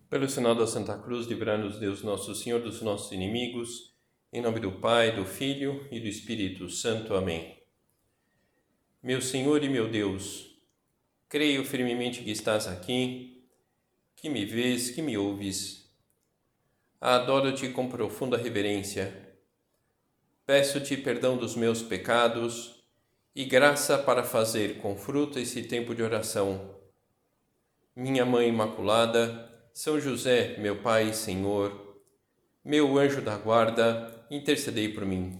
Pelo sinal da Santa Cruz, livrai-nos Deus Nosso Senhor dos nossos inimigos, em nome do Pai, do Filho e do Espírito Santo. Amém. Meu Senhor e meu Deus, creio firmemente que estás aqui, que me vês, que me ouves. Adoro-te com profunda reverência. Peço-te perdão dos meus pecados e graça para fazer com fruto esse tempo de oração. Minha Mãe Imaculada, São José, meu Pai e Senhor, meu anjo da guarda, intercedei por mim.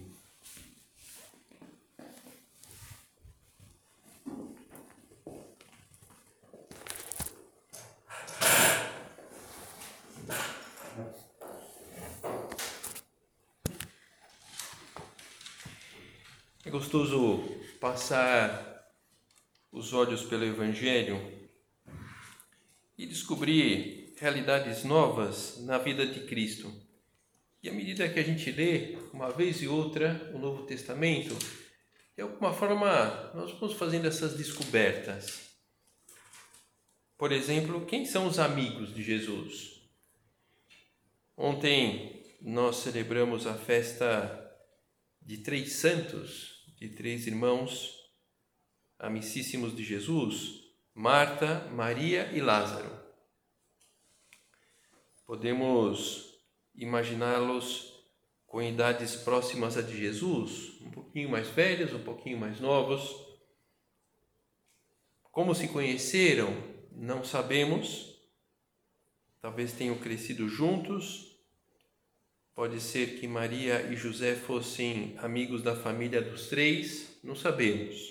É gostoso passar os olhos pelo Evangelho e descobrir realidades novas na vida de Cristo. E à medida que a gente lê, uma vez e outra, o Novo Testamento, de alguma forma nós vamos fazendo essas descobertas. Por exemplo, quem são os amigos de Jesus? Ontem nós celebramos a festa de 3 santos, de 3 irmãos amicíssimos de Jesus, Marta, Maria e Lázaro. Podemos imaginá-los com idades próximas à de Jesus, um pouquinho mais velhos, um pouquinho mais novos. Como se conheceram, não sabemos. Talvez tenham crescido juntos. Pode ser que Maria e José fossem amigos da família dos 3, não sabemos.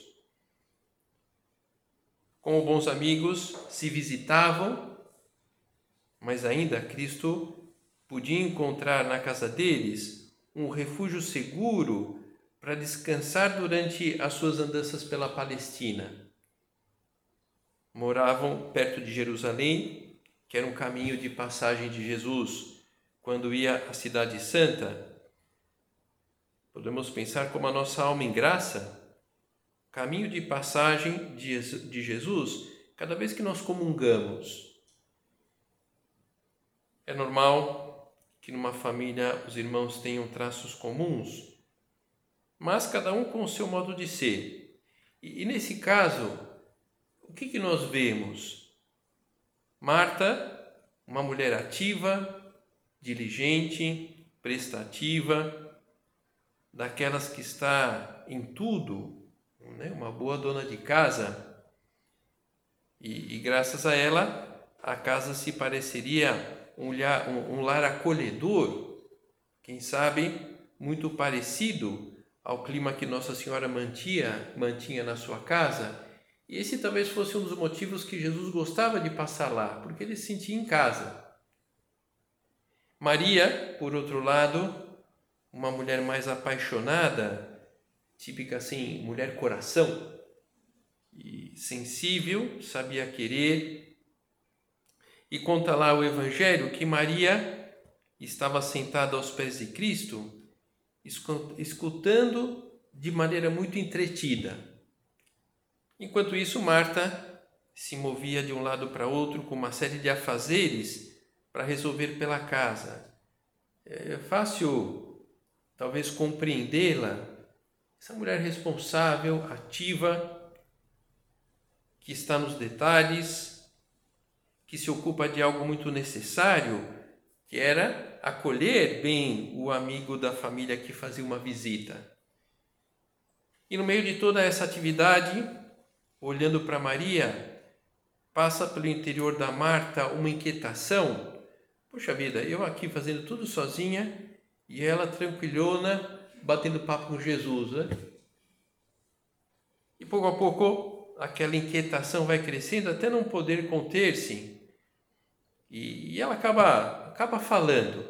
Como bons amigos, se visitavam, mas ainda Cristo podia encontrar na casa deles um refúgio seguro para descansar durante as suas andanças pela Palestina. Moravam perto de Jerusalém, que era um caminho de passagem de Jesus quando ia à Cidade Santa. Podemos pensar como a nossa alma em graça, caminho de passagem de Jesus, cada vez que nós comungamos. É normal que numa família os irmãos tenham traços comuns, mas cada um com o seu modo de ser. E nesse caso, o que nós vemos? Marta, uma mulher ativa, diligente, prestativa, daquelas que está em tudo, né? Uma boa dona de casa. E graças a ela, a casa se pareceria um lar acolhedor, quem sabe muito parecido ao clima que Nossa Senhora mantinha na sua casa. E esse talvez fosse um dos motivos que Jesus gostava de passar lá, porque ele se sentia em casa. Maria, por outro lado, uma mulher mais apaixonada, típica assim, mulher coração, e sensível, sabia querer. E conta lá o Evangelho que Maria estava sentada aos pés de Cristo, escutando de maneira muito entretida. Enquanto isso, Marta se movia de um lado para outro com uma série de afazeres para resolver pela casa. É fácil, talvez, compreendê-la, essa mulher responsável, ativa, que está nos detalhes, que se ocupa de algo muito necessário, que era acolher bem o amigo da família que fazia uma visita. E no meio de toda essa atividade, olhando para Maria, passa pelo interior da Marta uma inquietação. Poxa vida, eu aqui fazendo tudo sozinha e ela tranquilhona, batendo papo com Jesus, né? E pouco a pouco aquela inquietação vai crescendo até não poder conter-se. E ela acaba falando.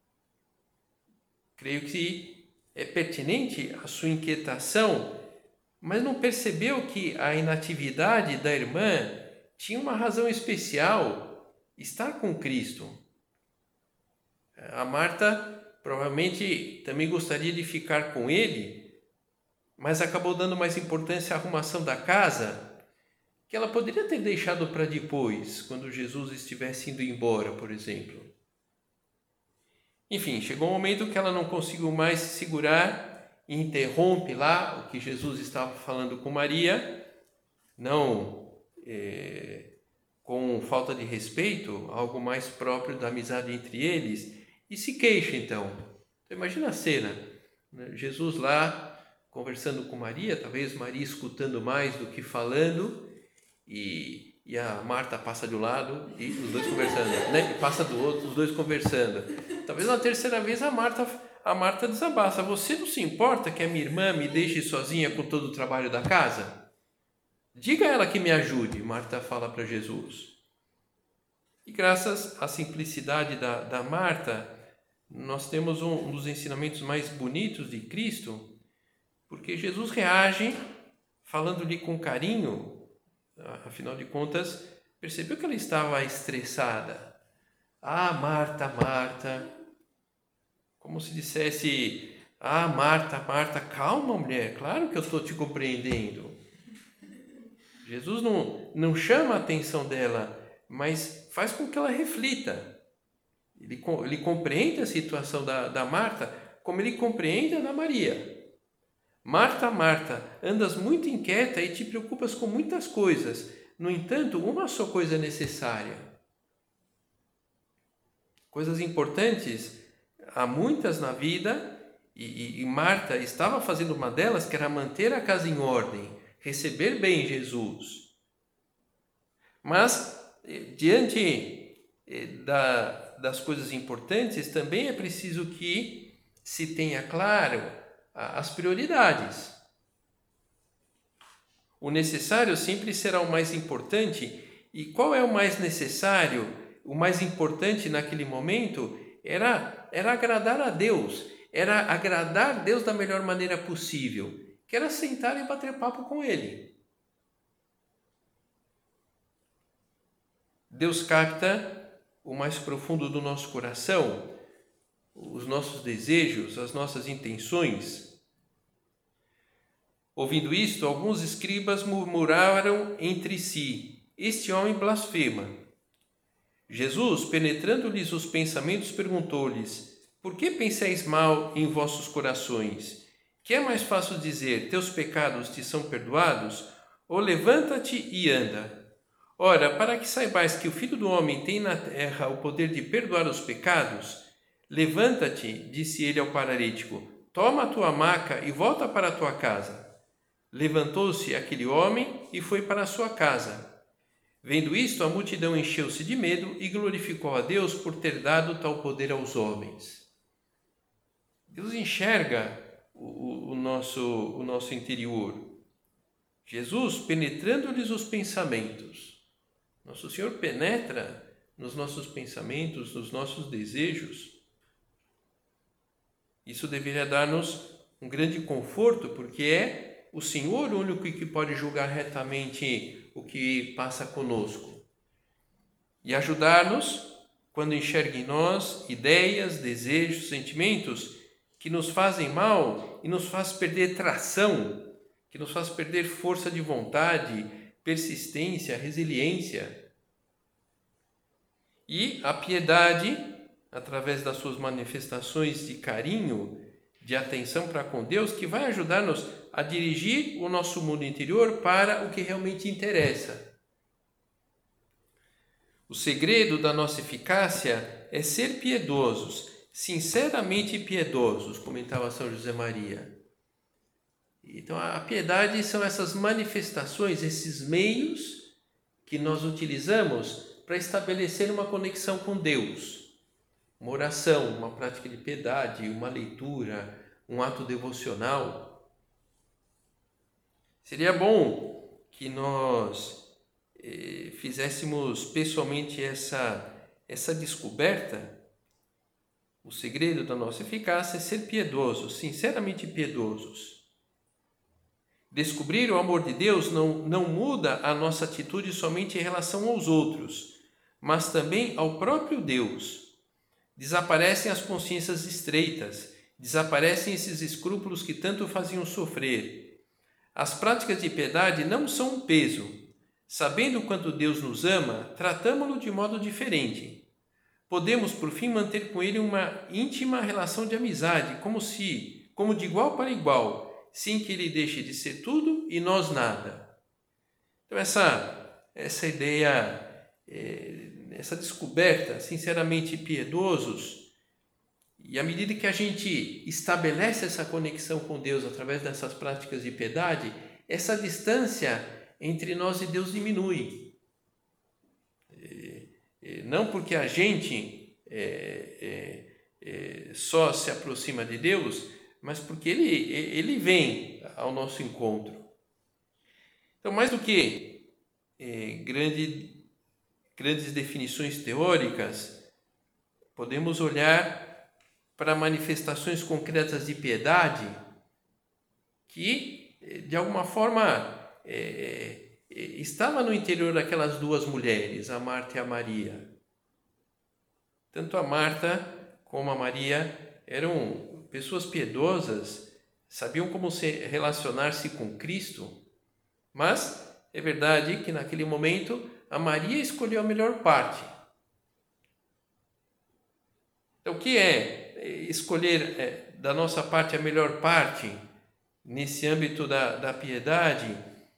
Creio que é pertinente a sua inquietação, mas não percebeu que a inatividade da irmã tinha uma razão especial, estar com Cristo. A Marta provavelmente também gostaria de ficar com ele, mas acabou dando mais importância à arrumação da casa, que ela poderia ter deixado para depois, quando Jesus estivesse indo embora, por exemplo. Enfim, chegou um momento que ela não conseguiu mais se segurar e interrompe lá o que Jesus estava falando com Maria, não com falta de respeito, algo mais próprio da amizade entre eles, e se queixa então. Então imagina a cena, né? Jesus lá conversando com Maria, talvez Maria escutando mais do que falando, e a Marta passa de um lado e os dois conversando, né? E passa do outro, os dois conversando. Talvez na terceira vez a Marta desabaça. Você não se importa que a minha irmã me deixe sozinha com todo o trabalho da casa? Diga a ela que me ajude, Marta fala para Jesus. E graças à simplicidade da Marta, nós temos um dos ensinamentos mais bonitos de Cristo, porque Jesus reage falando-lhe com carinho. Afinal de contas, percebeu que ela estava estressada. Ah, Marta, Marta. Como se dissesse, ah, Marta, Marta, calma, mulher, claro que eu estou te compreendendo. Jesus não chama a atenção dela, mas faz com que ela reflita. Ele compreende a situação da Marta, como ele compreende a da Maria. Marta, Marta, andas muito inquieta e te preocupas com muitas coisas. No entanto, uma só coisa é necessária. Coisas importantes, há muitas na vida, e Marta estava fazendo uma delas, que era manter a casa em ordem, receber bem Jesus. Mas, diante das coisas importantes, também é preciso que se tenha claro as prioridades. O necessário sempre será o mais importante. E qual é o mais necessário? O mais importante naquele momento era agradar a Deus. Era agradar Deus da melhor maneira possível, que era sentar e bater papo com Ele. Deus capta o mais profundo do nosso coração, os nossos desejos, as nossas intenções. Ouvindo isto, alguns escribas murmuraram entre si: este homem blasfema. Jesus, penetrando-lhes os pensamentos, perguntou-lhes: por que pensáis mal em vossos corações? Que é mais fácil dizer: teus pecados te são perdoados? Ou levanta-te e anda? Ora, para que saibais que o Filho do Homem tem na terra o poder de perdoar os pecados, levanta-te, disse ele ao paralítico, toma a tua maca e volta para a tua casa. Levantou-se aquele homem e foi para a sua casa. Vendo isto, a multidão encheu-se de medo e glorificou a Deus por ter dado tal poder aos homens. Deus enxerga o nosso interior. Jesus penetrando-lhes os pensamentos. Nosso Senhor penetra nos nossos pensamentos, nos nossos desejos. Isso deveria dar-nos um grande conforto, porque é o Senhor o único que pode julgar retamente o que passa conosco. E ajudar-nos quando enxerga em nós ideias, desejos, sentimentos que nos fazem mal e nos faz perder tração, que nos faz perder força de vontade, persistência, resiliência. E a piedade, através das suas manifestações de carinho, de atenção para com Deus, que vai ajudar-nos a dirigir o nosso mundo interior para o que realmente interessa. O segredo da nossa eficácia é ser piedosos, sinceramente piedosos, comentava São José Maria. Então, a piedade são essas manifestações, esses meios que nós utilizamos para estabelecer uma conexão com Deus. Uma oração, uma prática de piedade, uma leitura, um ato devocional. Seria bom que nós fizéssemos pessoalmente essa descoberta. O segredo da nossa eficácia é ser piedosos, sinceramente piedosos. Descobrir o amor de Deus não muda a nossa atitude somente em relação aos outros, mas também ao próprio Deus. Desaparecem as consciências estreitas, desaparecem esses escrúpulos que tanto faziam sofrer. As práticas de piedade não são um peso, sabendo quanto Deus nos ama, tratamo-lo de modo diferente. Podemos, por fim, manter com ele uma íntima relação de amizade, como de igual para igual, sem que ele deixe de ser tudo e nós nada. Então essa ideia, essa descoberta, sinceramente piedosos, e à medida que a gente estabelece essa conexão com Deus através dessas práticas de piedade, essa distância entre nós e Deus diminui. Não porque a gente só se aproxima de Deus, mas porque Ele vem ao nosso encontro. Então, mais do que grandes definições teóricas, podemos olhar para manifestações concretas de piedade que, de alguma forma, estava no interior daquelas duas mulheres, a Marta e a Maria. Tanto a Marta como a Maria eram pessoas piedosas, sabiam como relacionar-se com Cristo, mas é verdade que naquele momento a Maria escolheu a melhor parte. Então, o que é escolher da nossa parte a melhor parte nesse âmbito da piedade?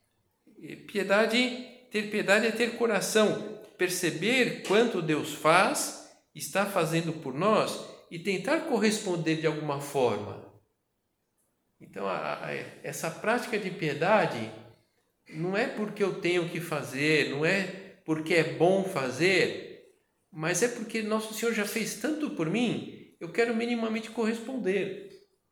Ter piedade é ter coração, perceber quanto Deus faz, está fazendo por nós e tentar corresponder de alguma forma. Então, essa prática de piedade não é porque eu tenho que fazer, não é porque é bom fazer, mas é porque Nosso Senhor já fez tanto por mim, eu quero minimamente corresponder.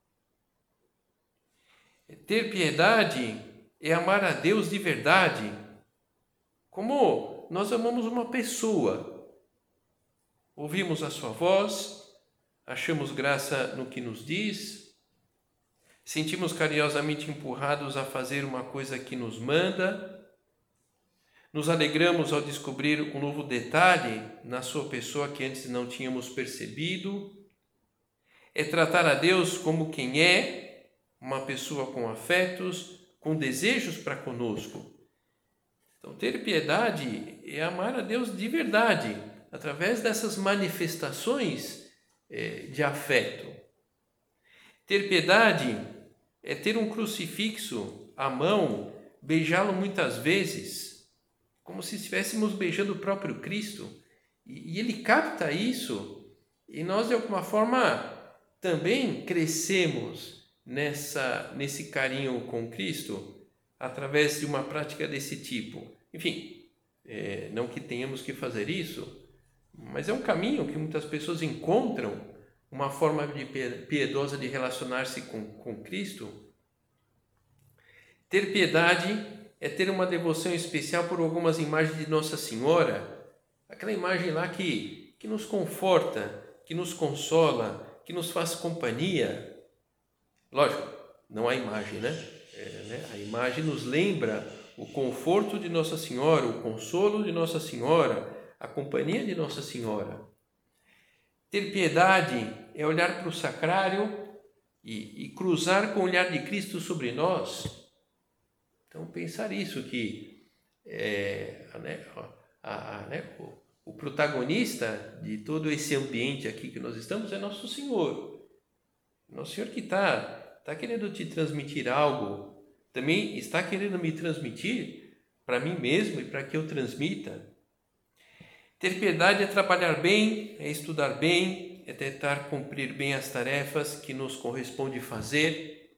Ter piedade é amar a Deus de verdade, como nós amamos uma pessoa. Ouvimos a sua voz, achamos graça no que nos diz, sentimos carinhosamente empurrados a fazer uma coisa que nos manda, nos alegramos ao descobrir um novo detalhe na sua pessoa que antes não tínhamos percebido. É tratar a Deus como quem é, uma pessoa com afetos, com desejos para conosco. Então, ter piedade é amar a Deus de verdade, através dessas manifestações de afeto. Ter piedade é ter um crucifixo à mão, beijá-lo muitas vezes, como se estivéssemos beijando o próprio Cristo. E Ele capta isso, e nós, de alguma forma, também crescemos nesse carinho com Cristo, através de uma prática desse tipo. Enfim, não que tenhamos que fazer isso, mas é um caminho que muitas pessoas encontram, uma forma piedosa de relacionar-se com Cristo. Ter piedade é ter uma devoção especial por algumas imagens de Nossa Senhora, aquela imagem lá que nos conforta, que nos consola, que nos faz companhia. Lógico, não a imagem, né? A imagem nos lembra o conforto de Nossa Senhora, o consolo de Nossa Senhora, a companhia de Nossa Senhora. Ter piedade é olhar para o sacrário e cruzar com o olhar de Cristo sobre nós. Então, pensar isso, que o protagonista de todo esse ambiente aqui que nós estamos é Nosso Senhor. Nosso Senhor que está querendo te transmitir algo, também está querendo me transmitir para mim mesmo e para que eu transmita. Ter piedade é trabalhar bem, é estudar bem, é tentar cumprir bem as tarefas que nos corresponde fazer.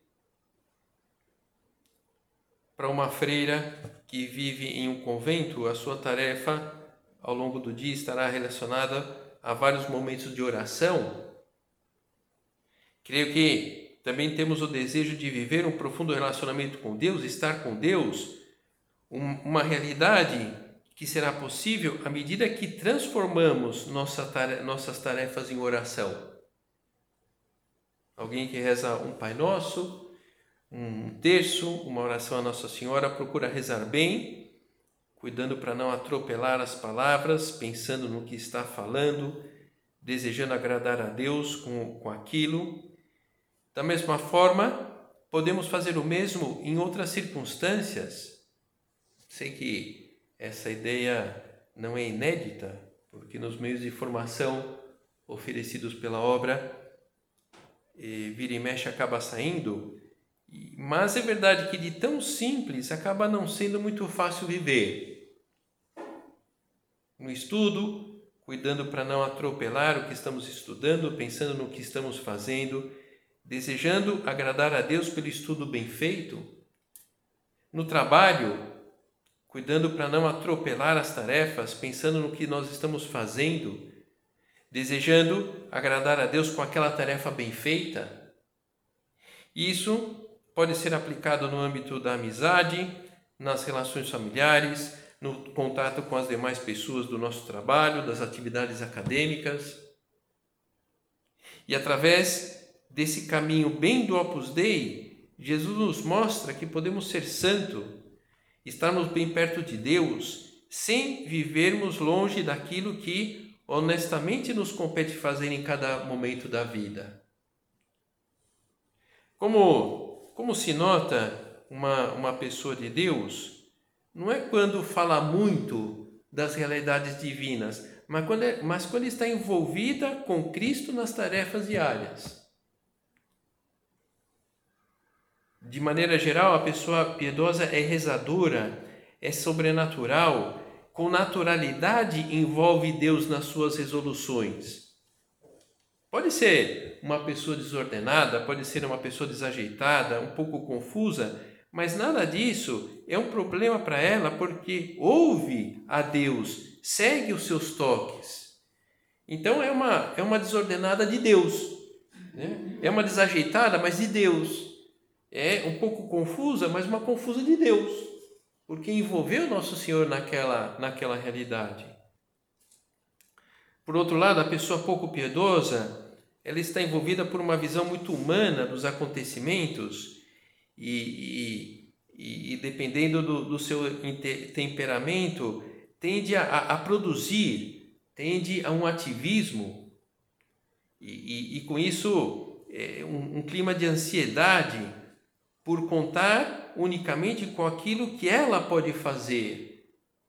Para uma freira que vive em um convento, a sua tarefa ao longo do dia estará relacionada a vários momentos de oração. Creio que também temos o desejo de viver um profundo relacionamento com Deus, estar com Deus, uma realidade que será possível à medida que transformamos nossas tarefas em oração. Alguém que reza um Pai Nosso, um terço, uma oração a Nossa Senhora, procura rezar bem, cuidando para não atropelar as palavras, pensando no que está falando, desejando agradar a Deus com aquilo. Da mesma forma, podemos fazer o mesmo em outras circunstâncias. Sei que essa ideia não é inédita, porque nos meios de formação oferecidos pela obra, vira e mexe acaba saindo, mas é verdade que de tão simples acaba não sendo muito fácil viver. No estudo, cuidando para não atropelar o que estamos estudando, pensando no que estamos fazendo, desejando agradar a Deus pelo estudo bem feito. No trabalho, cuidando para não atropelar as tarefas, pensando no que nós estamos fazendo, desejando agradar a Deus com aquela tarefa bem feita. Isso pode ser aplicado no âmbito da amizade, nas relações familiares, no contato com as demais pessoas do nosso trabalho, das atividades acadêmicas. E através desse caminho bem do Opus Dei, Jesus nos mostra que podemos ser santos, estarmos bem perto de Deus, sem vivermos longe daquilo que honestamente nos compete fazer em cada momento da vida. Como se nota uma pessoa de Deus, não é quando fala muito das realidades divinas, mas quando está envolvida com Cristo nas tarefas diárias. De maneira geral, a pessoa piedosa é rezadora, é sobrenatural, com naturalidade envolve Deus nas suas resoluções. Pode ser uma pessoa desordenada, pode ser uma pessoa desajeitada, um pouco confusa, mas nada disso é um problema para ela, porque ouve a Deus, segue os seus toques. Então é uma desordenada de Deus, né? É uma desajeitada, mas de Deus. É um pouco confusa, mas uma confusa de Deus, porque envolveu Nosso Senhor naquela realidade. Por outro lado, a pessoa pouco piedosa, ela está envolvida por uma visão muito humana dos acontecimentos e dependendo do seu temperamento, tende a produzir, tende a um ativismo e com isso um clima de ansiedade por contar unicamente com aquilo que ela pode fazer,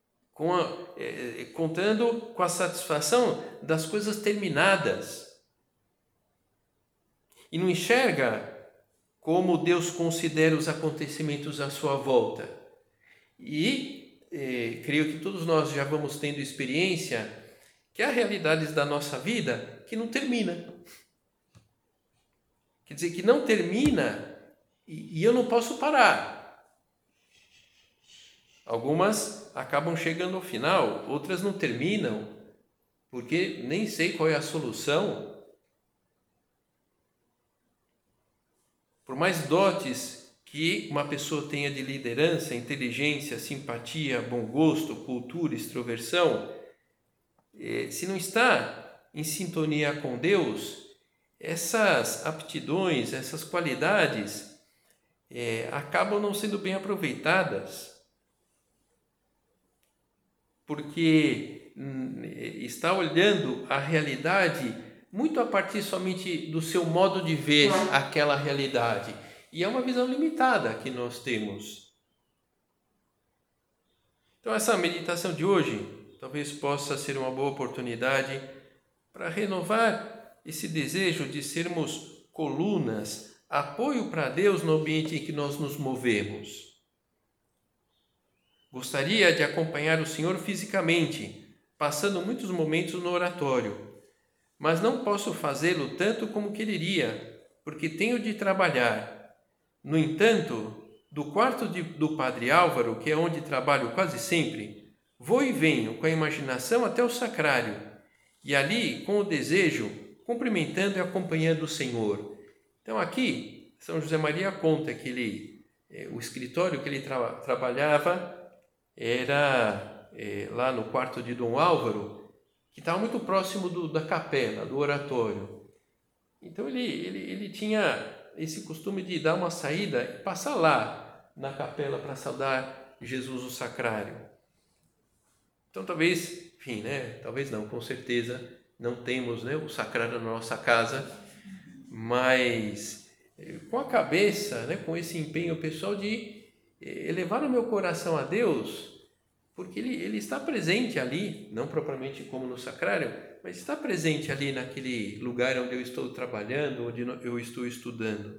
contando com a satisfação das coisas terminadas. E não enxerga como Deus considera os acontecimentos à sua volta. E creio que todos nós já vamos tendo experiência que há realidades da nossa vida que não termina. Quer dizer, que não termina e eu não posso parar. Algumas acabam chegando ao final, outras não terminam, porque nem sei qual é a solução. Por mais dotes que uma pessoa tenha de liderança, inteligência, simpatia, bom gosto, cultura, extroversão, se não está em sintonia com Deus, essas aptidões, essas qualidades acabam não sendo bem aproveitadas, porque está olhando a realidade muito a partir somente do seu modo de ver aquela realidade. E é uma visão limitada que nós temos. Então essa meditação de hoje talvez possa ser uma boa oportunidade para renovar esse desejo de sermos colunas, apoio para Deus no ambiente em que nós nos movemos. Gostaria de acompanhar o Senhor fisicamente, passando muitos momentos no oratório, mas não posso fazê-lo tanto como quereria, porque tenho de trabalhar. No entanto, do quarto do Padre Álvaro, que é onde trabalho quase sempre, vou e venho com a imaginação até o sacrário, e ali, com o desejo, cumprimentando e acompanhando o Senhor. Então aqui, São José Maria conta que o escritório que ele trabalhava era lá no quarto de Dom Álvaro, que estava muito próximo da capela, do oratório. Então ele tinha esse costume de dar uma saída e passar lá na capela para saudar Jesus no sacrário. Então talvez, enfim, talvez não, com certeza não temos o sacrário na nossa casa, mas com a cabeça, com esse empenho pessoal de elevar o meu coração a Deus, porque ele está presente ali, não propriamente como no sacrário, mas está presente ali naquele lugar onde eu estou trabalhando, onde eu estou estudando.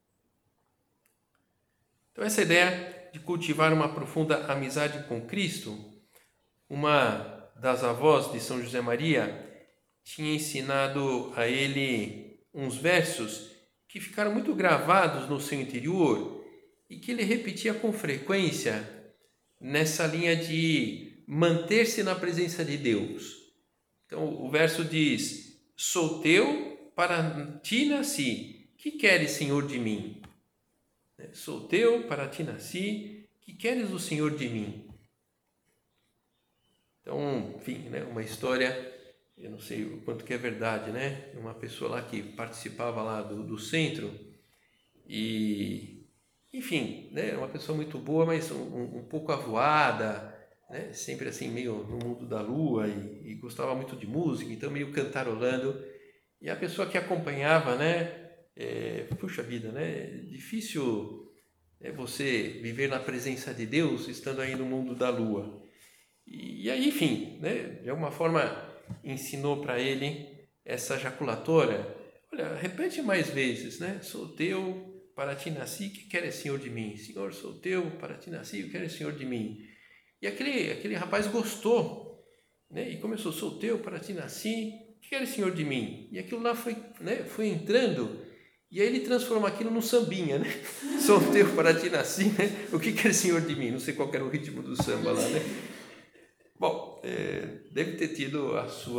Então, essa ideia de cultivar uma profunda amizade com Cristo, uma das avós de São José Maria tinha ensinado a ele uns versos que ficaram muito gravados no seu interior e que ele repetia com frequência nessa linha de manter-se na presença de Deus. Então, o verso diz: sou teu, para ti nasci, que queres, Senhor, de mim? Sou teu, para ti nasci, que queres o Senhor de mim? Então, enfim, uma história, eu não sei o quanto que é verdade, uma pessoa lá que participava lá do centro e, enfim, uma pessoa muito boa, mas um pouco avoada, sempre assim meio no mundo da lua e gostava muito de música, então meio cantarolando. E a pessoa que acompanhava, puxa vida, difícil você viver na presença de Deus estando aí no mundo da lua. E aí, enfim, de alguma forma ensinou para ele essa jaculatória. Olha, repete mais vezes, sou teu, para ti nasci, que queres, Senhor, de mim? Senhor, sou teu, para ti nasci, que queres, Senhor, de mim? E aquele rapaz gostou, e começou: sou teu, para ti nasci, que queres, Senhor, de mim? E aquilo lá foi entrando, e aí ele transforma aquilo num sambinha, Sou teu, para ti nasci, o que queres, Senhor, de mim? Não sei qual era o ritmo do samba lá, Bom, deve ter tido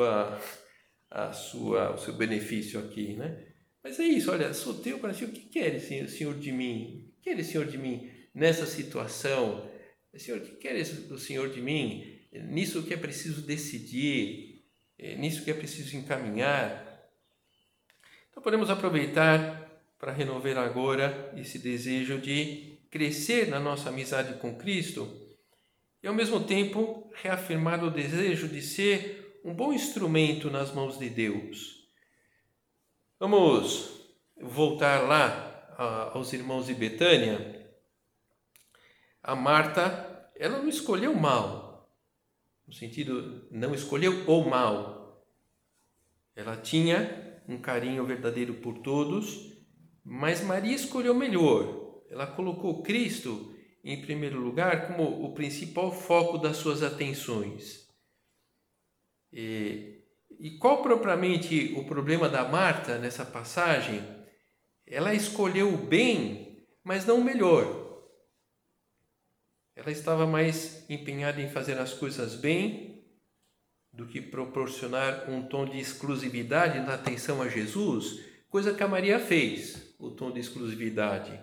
o seu benefício aqui, Mas é isso, olha, sou teu, para ti, o que queres, Senhor, de mim? O que queres, Senhor, de mim nessa situação? Senhor, o que queres do Senhor de mim? Nisso que é preciso decidir, nisso que é preciso encaminhar. Então podemos aproveitar para renovar agora esse desejo de crescer na nossa amizade com Cristo e ao mesmo tempo reafirmar o desejo de ser um bom instrumento nas mãos de Deus. Vamos voltar lá aos irmãos de Betânia. A Marta, ela não escolheu mal, no sentido, não escolheu o mal. Ela tinha um carinho verdadeiro por todos, mas Maria escolheu melhor. Ela colocou Cristo em primeiro lugar como o principal foco das suas atenções. E qual propriamente o problema da Marta nessa passagem? Ela escolheu o bem, mas não o melhor. Ela estava mais empenhada em fazer as coisas bem do que proporcionar um tom de exclusividade na atenção a Jesus, coisa que a Maria fez, o tom de exclusividade.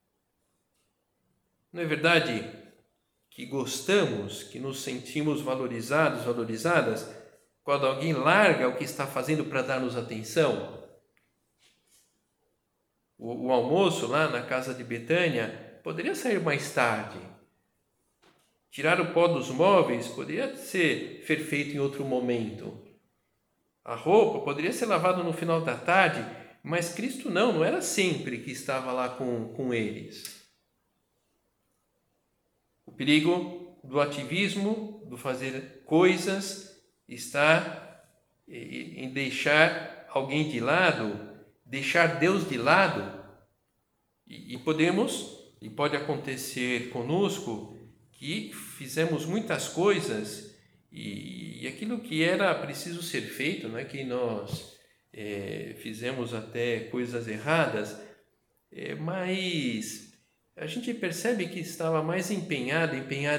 Não é verdade que gostamos, que nos sentimos valorizados, valorizadas, quando alguém larga o que está fazendo para dar-nos atenção? O almoço lá na casa de Betânia poderia sair mais tarde. Tirar o pó dos móveis poderia ser feito em outro momento. A roupa poderia ser lavada no final da tarde, mas Cristo não era sempre que estava lá com eles. O perigo do ativismo, do fazer coisas, está em deixar alguém de lado, deixar Deus de lado. E pode acontecer conosco que fizemos muitas coisas e aquilo que era preciso ser feito, que nós fizemos até coisas erradas, mas a gente percebe que estava mais empenhada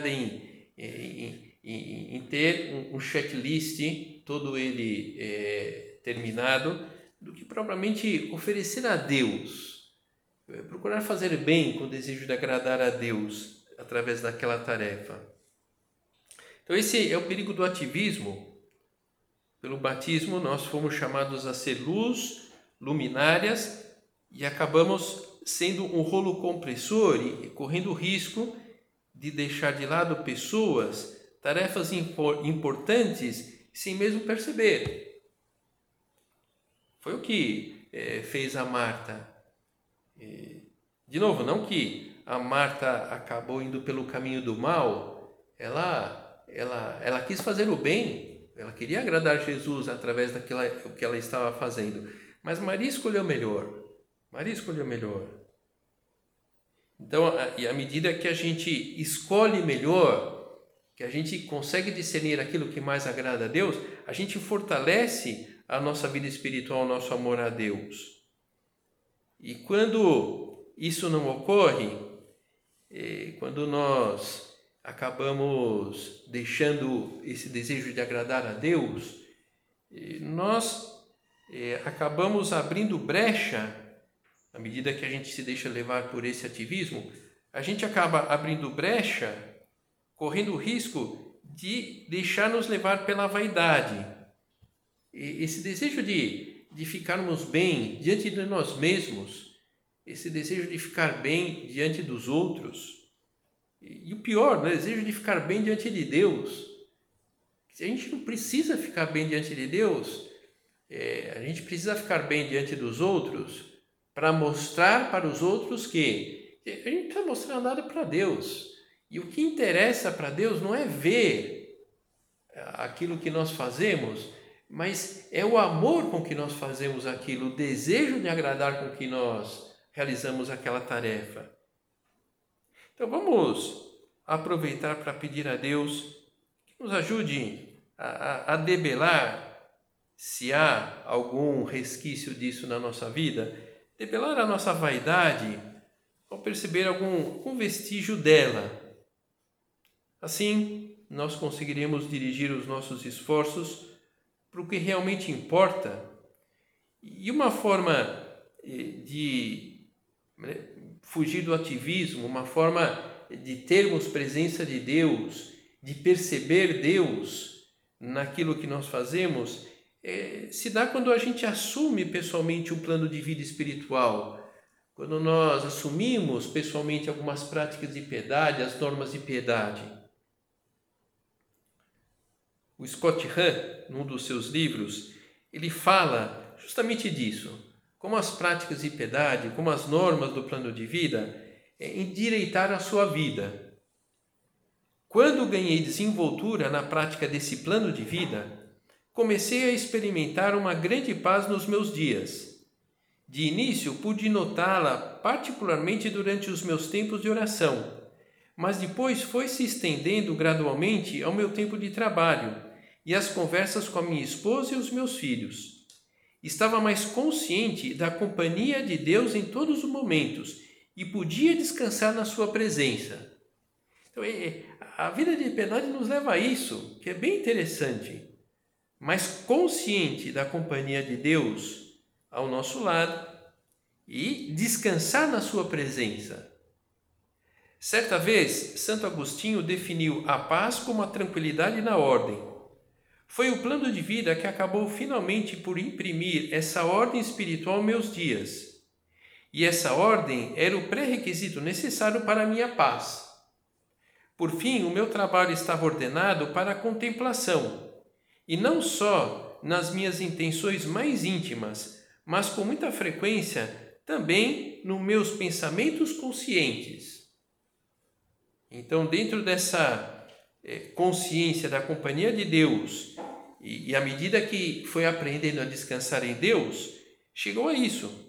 em ter um checklist, todo ele terminado, do que propriamente oferecer a Deus, procurar fazer bem com o desejo de agradar a Deus através daquela tarefa. Então esse é o perigo do ativismo. Pelo batismo nós fomos chamados a ser luz, luminárias, e acabamos sendo um rolo compressor e correndo o risco de deixar de lado pessoas, tarefas importantes, sem mesmo perceber. Foi o que fez a Marta. De novo, não que a Marta acabou indo pelo caminho do mal, ela ela quis fazer o bem, ela queria agradar Jesus através daquilo que ela estava fazendo, mas Maria escolheu melhor. Maria escolheu melhor. Então, e à medida que a gente escolhe melhor, que a gente consegue discernir aquilo que mais agrada a Deus, a gente fortalece a nossa vida espiritual, o nosso amor a Deus. E quando isso não ocorre, quando nós acabamos deixando esse desejo de agradar a Deus, nós acabamos abrindo brecha, à medida que a gente se deixa levar por esse ativismo, a gente acaba abrindo brecha, correndo o risco de deixar nos levar pela vaidade. Esse desejo de ficarmos bem diante de nós mesmos, esse desejo de ficar bem diante dos outros, e o pior, o desejo de ficar bem diante de Deus. Se a gente não precisa ficar bem diante de Deus, a gente precisa ficar bem diante dos outros para mostrar para os outros que a gente não precisa mostrar nada para Deus. E o que interessa para Deus não é ver aquilo que nós fazemos, mas é o amor com que nós fazemos aquilo, o desejo de agradar com que nós realizamos aquela tarefa. Então vamos aproveitar para pedir a Deus que nos ajude a debelar, se há algum resquício disso na nossa vida, debelar a nossa vaidade ao perceber algum vestígio dela. Assim, nós conseguiremos dirigir os nossos esforços para o que realmente importa. E uma forma de fugir do ativismo, uma forma de termos presença de Deus, de perceber Deus naquilo que nós fazemos, se dá quando a gente assume pessoalmente um plano de vida espiritual, quando nós assumimos pessoalmente algumas práticas de piedade, as normas de piedade. O Scott Hahn, num dos seus livros, ele fala justamente disso, como as práticas de piedade, como as normas do plano de vida endireitar a sua vida. Quando ganhei desenvoltura na prática desse plano de vida, comecei a experimentar uma grande paz nos meus dias. De início, pude notá-la particularmente durante os meus tempos de oração, mas depois foi se estendendo gradualmente ao meu tempo de trabalho e às conversas com a minha esposa e os meus filhos. Estava mais consciente da companhia de Deus em todos os momentos e podia descansar na sua presença. Então, a vida de piedade nos leva a isso, que é bem interessante. Mais consciente da companhia de Deus ao nosso lado e descansar na sua presença. Certa vez, Santo Agostinho definiu a paz como a tranquilidade na ordem. Foi o plano de vida que acabou finalmente por imprimir essa ordem espiritual aos meus dias. E essa ordem era o pré-requisito necessário para a minha paz. Por fim, o meu trabalho estava ordenado para a contemplação, e não só nas minhas intenções mais íntimas, mas com muita frequência também nos meus pensamentos conscientes. Então, dentro dessa consciência da companhia de Deus, e à medida que foi aprendendo a descansar em Deus, chegou a isso.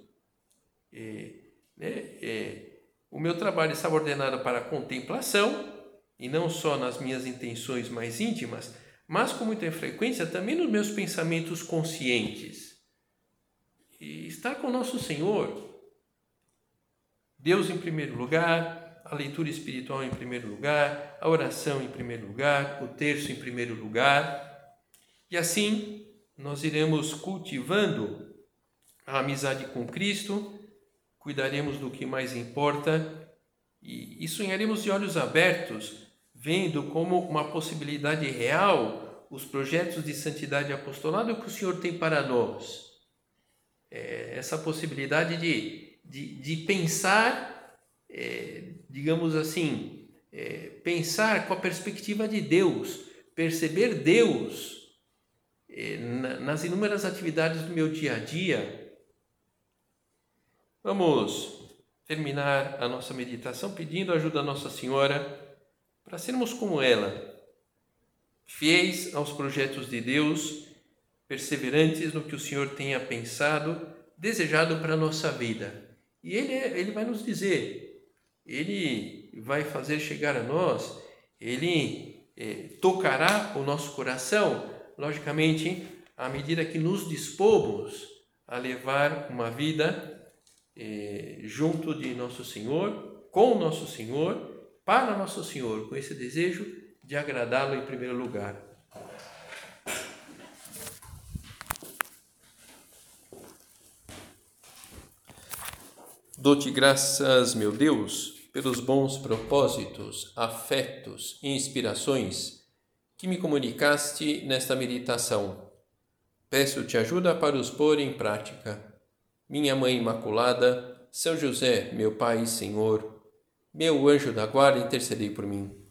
O meu trabalho estava ordenado para a contemplação, e não só nas minhas intenções mais íntimas, mas com muita frequência também nos meus pensamentos conscientes. E estar com o nosso Senhor, Deus em primeiro lugar, a leitura espiritual em primeiro lugar, a oração em primeiro lugar, o terço em primeiro lugar. E assim nós iremos cultivando a amizade com Cristo, cuidaremos do que mais importa e sonharemos de olhos abertos, vendo como uma possibilidade real os projetos de santidade e apostolado que o Senhor tem para nós. Essa possibilidade de pensar, digamos assim, pensar com a perspectiva de Deus, perceber Deus nas inúmeras atividades do meu dia a dia. Vamos terminar a nossa meditação pedindo a ajuda da Nossa Senhora para sermos como ela, fiéis aos projetos de Deus, perseverantes no que o Senhor tenha pensado, desejado para a nossa vida. E Ele vai nos dizer, Ele vai fazer chegar a nós, Ele tocará o nosso coração, logicamente, à medida que nos dispomos a levar uma vida junto de Nosso Senhor, com Nosso Senhor, para Nosso Senhor, com esse desejo de agradá-lo em primeiro lugar. Dou-te graças, meu Deus, pelos bons propósitos, afetos e inspirações que me comunicaste nesta meditação. Peço-te ajuda para os pôr em prática. Minha Mãe Imaculada, São José, meu Pai e Senhor, meu anjo da guarda, intercedei por mim.